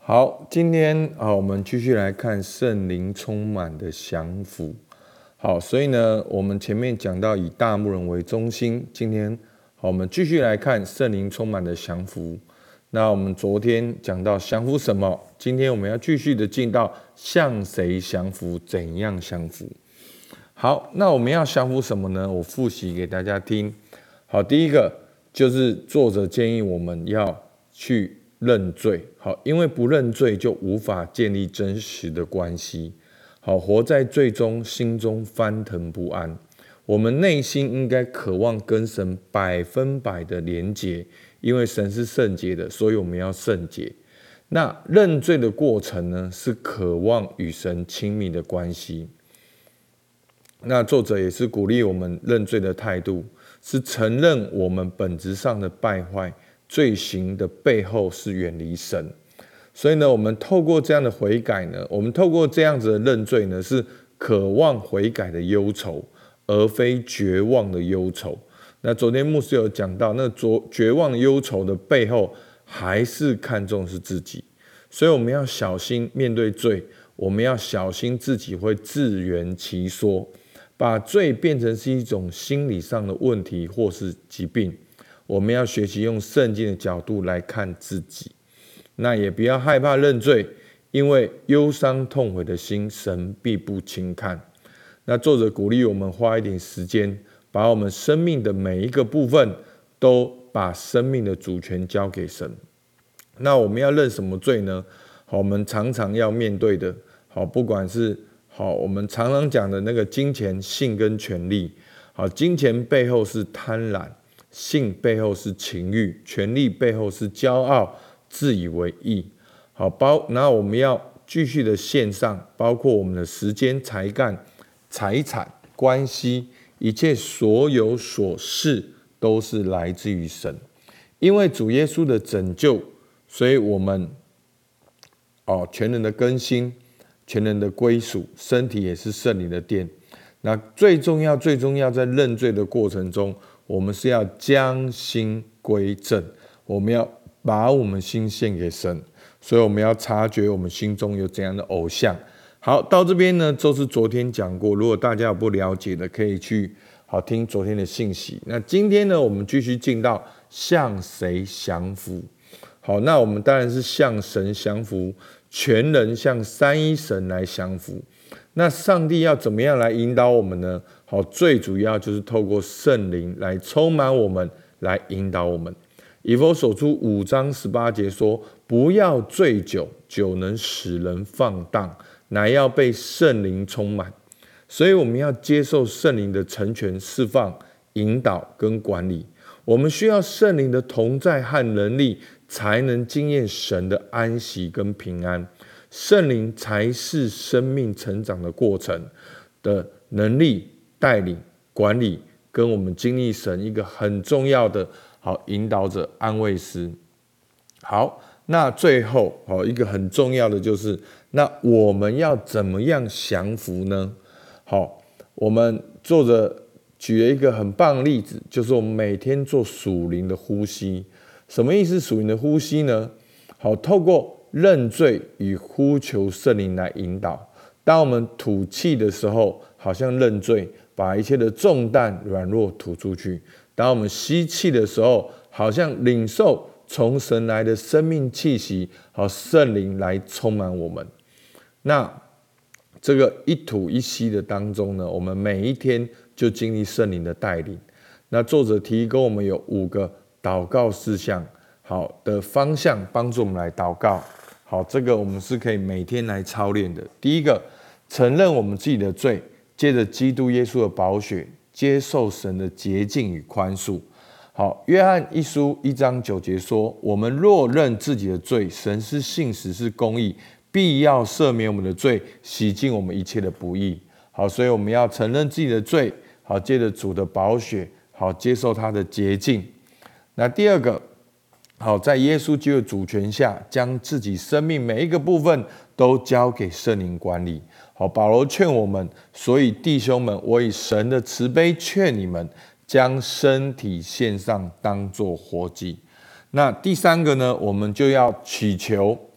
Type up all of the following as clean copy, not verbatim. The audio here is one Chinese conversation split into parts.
好，今天我们继续来看圣灵充满的降服。好，所以呢，我们前面讲到以大牧人为中心，今天我们继续来看圣灵充满的降服。那我们昨天讲到降服什么，今天我们要继续的进到向谁降服，怎样降服。好，那我们要降服什么呢？我复习给大家听。好，第一个就是作者建议我们要去认罪。好，因为不认罪就无法建立真实的关系。好，活在罪中，心中翻腾不安。我们内心应该渴望跟神100%的连结，因为神是圣洁的，所以我们要圣洁。那认罪的过程呢，是渴望与神亲密的关系。那作者也是鼓励我们认罪的态度，是承认我们本质上的败坏，罪行的背后是远离神。所以呢，我们透过这样的悔改呢，我们透过这样子的认罪呢，是渴望悔改的忧愁，而非绝望的忧愁。那昨天牧师有讲到，那绝望的忧愁的背后，还是看重是自己。所以我们要小心面对罪，我们要小心自己会自圆其说，把罪变成是一种心理上的问题或是疾病。我们要学习用圣经的角度来看自己。那也不要害怕认罪，因为忧伤痛悔的心，神必不轻看。那作者鼓励我们花一点时间，把我们生命的每一个部分，都把生命的主权交给神。那我们要认什么罪呢？好，我们常常要面对的，好，不管是我们常常讲的那个金钱、性跟权力。好，金钱背后是贪婪，性背后是情欲，权力背后是骄傲、自以为义。好，然后我们要继续的献上，包括我们的时间、才干、财产、关系，一切所有所事都是来自于神。因为主耶稣的拯救，所以我们全人的更新，全人的归属，身体也是圣灵的殿。那最重要，在认罪的过程中，我们是要将心归正，我们要把我们心献给神，所以我们要察觉我们心中有怎样的偶像。好，到这边呢，就是昨天讲过，如果大家有不了解的，可以去听昨天的信息。那今天呢，我们继续进到向谁降服。好，那我们当然是向神降服，全人向三一神来降服。那上帝要怎么样来引导我们呢？好，最主要就是透过圣灵来充满我们，来引导我们。以弗所书5章18节说：不要醉酒，酒能使人放荡，乃要被圣灵充满。所以我们要接受圣灵的成全、释放、引导跟管理。我们需要圣灵的同在和能力，才能经验神的安息跟平安。圣灵才是生命成长的过程的能力、带领、管理，跟我们经历神一个很重要的引导者、安慰师。好，那最后一个很重要的就是，那我们要怎么样降服呢？好，我们作者举了一个很棒的例子，就是我们每天做属灵的呼吸。什么意思？属灵的呼吸呢？好，透过认罪与呼求圣灵来引导。当我们吐气的时候，好像认罪，把一切的重担、软弱吐出去；当我们吸气的时候，好像领受从神来的生命气息，圣灵来充满我们。那这个一吐一吸的当中呢，我们每一天就经历圣灵的带领。那作者提供我们有5个祷告事项，好的方向帮助我们来祷告。好，这个我们是可以每天来操练的。第一个，承认我们自己的罪，借着基督耶稣的宝血，接受神的洁净与宽恕。好，约翰一书1章9节说：我们若认自己的罪，神是信实是公义，必要赦免我们的罪，洗净我们一切的不义。好，所以我们要承认自己的罪，好，借着主的宝血，好，接受他的洁净。那第二个，好，在耶稣基督的主权下，将自己生命每一个部分都交给圣灵管理。好，保罗劝我们，所以弟兄们，我以神的慈悲劝你们，将身体献上，当作活祭。那第三个呢，我们就要祈求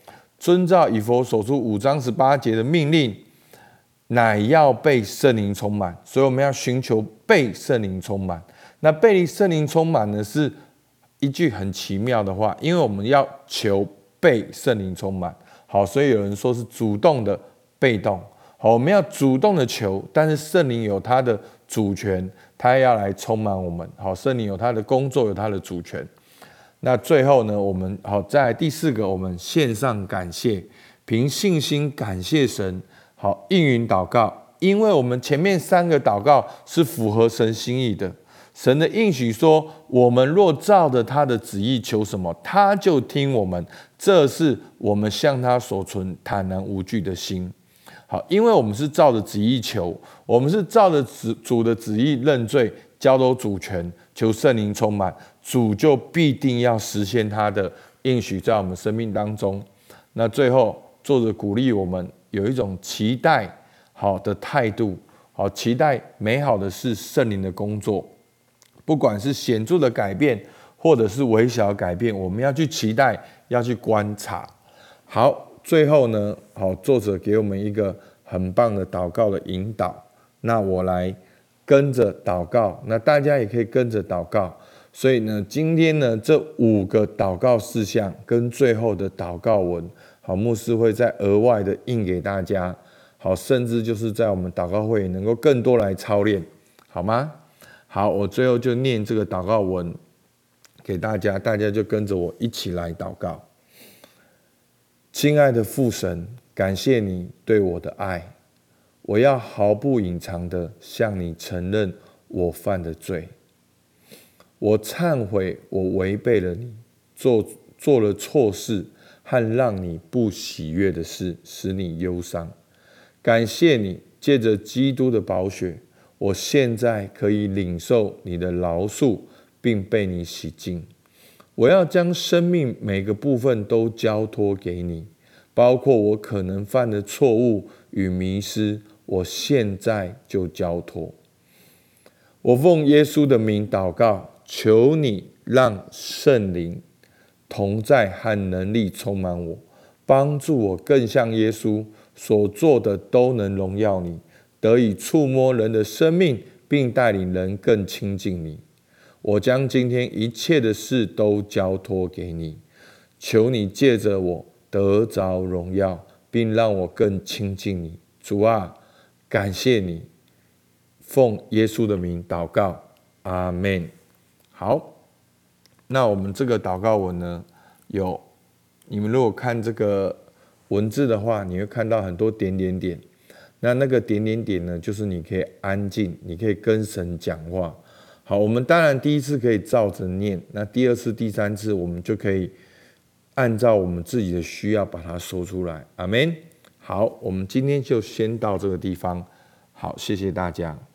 遵照以弗所书5章18节的命令，乃要被圣灵充满。所以我们要寻求被圣灵充满。那被圣灵充满呢，是一句很奇妙的话，因为我们要求被圣灵充满。好，所以有人说是主动的、被动。好，我们要主动的求，但是圣灵有他的主权，他要来充满我们。好，圣灵有他的工作，有他的主权。那最后呢，我们好，再来第4个，我们献上感谢，凭信心感谢神。好，应允祷告，因为我们前面3个祷告是符合神心意的。神的应许说，我们若照着他的旨意求什么，他就听我们。这是我们向他所存坦然无惧的心。好，因为我们是照着旨意求，我们是照着主的旨意认罪，交托主权，求圣灵充满，主就必定要实现他的应许在我们生命当中。那最后，作者鼓励我们有一种期待好的态度，好，期待美好的是圣灵的工作。不管是显著的改变，或者是微小的改变，我们要去期待，要去观察。好，最后呢，好，作者给我们一个很棒的祷告的引导。那我来跟着祷告，那大家也可以跟着祷告。所以呢，今天呢，这5个祷告事项跟最后的祷告文，好，牧师会再额外的印给大家。好，甚至就是在我们祷告会能够更多来操练，好吗？好，我最后就念这个祷告文给大家，大家就跟着我一起来祷告。亲爱的父神，感谢你对我的爱，我要毫不隐藏的向你承认我犯的罪。我忏悔，我违背了你，做了错事和让你不喜悦的事，使你忧伤。感谢你借着基督的宝血，我现在可以领受你的饶恕，并被你洗净。我要将生命每个部分都交托给你，包括我可能犯的错误与迷失，我现在就交托。我奉耶稣的名祷告，求你让圣灵同在和能力充满我，帮助我更像耶稣，所做的都能荣耀你，得以触摸人的生命，并带领人更亲近你。我将今天一切的事都交托给你，求你借着我得着荣耀，并让我更亲近你。主啊，感谢你，奉耶稣的名祷告，阿们。好，那我们这个祷告文呢，你们如果看这个文字的话，你会看到很多点点点。那个点点点呢，就是你可以安静，你可以跟神讲话。好，我们当然第一次可以照着念，那第2次、第3次，我们就可以按照我们自己的需要把它说出来。阿们。好，我们今天就先到这个地方。好，谢谢大家。